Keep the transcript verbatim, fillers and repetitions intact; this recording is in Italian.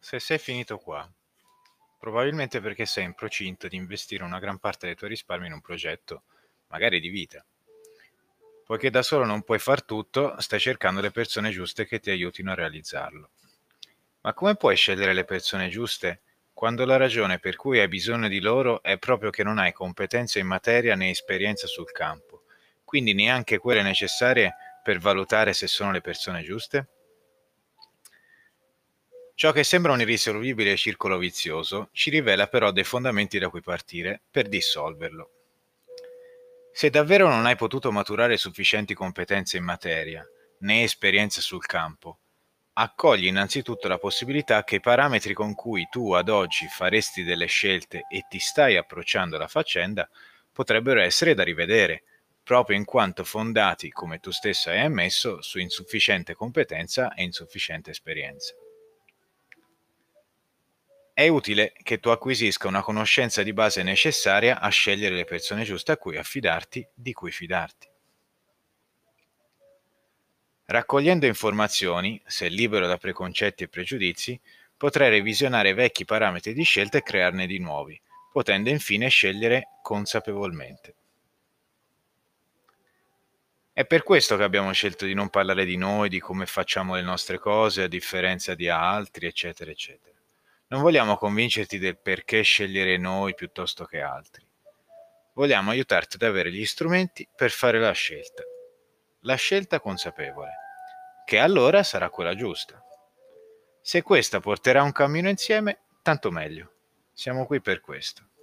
Se sei finito qua, probabilmente perché sei in procinto di investire una gran parte dei tuoi risparmi in un progetto, magari di vita. Poiché da solo non puoi far tutto, stai cercando le persone giuste che ti aiutino a realizzarlo. Ma come puoi scegliere le persone giuste quando la ragione per cui hai bisogno di loro è proprio che non hai competenze in materia né esperienza sul campo, quindi neanche quelle necessarie per valutare se sono le persone giuste? Ciò che sembra un irrisolvibile circolo vizioso ci rivela però dei fondamenti da cui partire per dissolverlo. Se davvero non hai potuto maturare sufficienti competenze in materia, né esperienza sul campo, accogli innanzitutto la possibilità che i parametri con cui tu ad oggi faresti delle scelte e ti stai approcciando alla faccenda potrebbero essere da rivedere, proprio in quanto fondati, come tu stesso hai ammesso, su insufficiente competenza e insufficiente esperienza. È utile che tu acquisisca una conoscenza di base necessaria a scegliere le persone giuste a cui affidarti, di cui fidarti. Raccogliendo informazioni, se libero da preconcetti e pregiudizi, potrai revisionare vecchi parametri di scelta e crearne di nuovi, potendo infine scegliere consapevolmente. È per questo che abbiamo scelto di non parlare di noi, di come facciamo le nostre cose, a differenza di altri, eccetera, eccetera. Non vogliamo convincerti del perché scegliere noi piuttosto che altri. Vogliamo aiutarti ad avere gli strumenti per fare la scelta. La scelta consapevole, che allora sarà quella giusta. Se questa porterà a un cammino insieme, tanto meglio. Siamo qui per questo.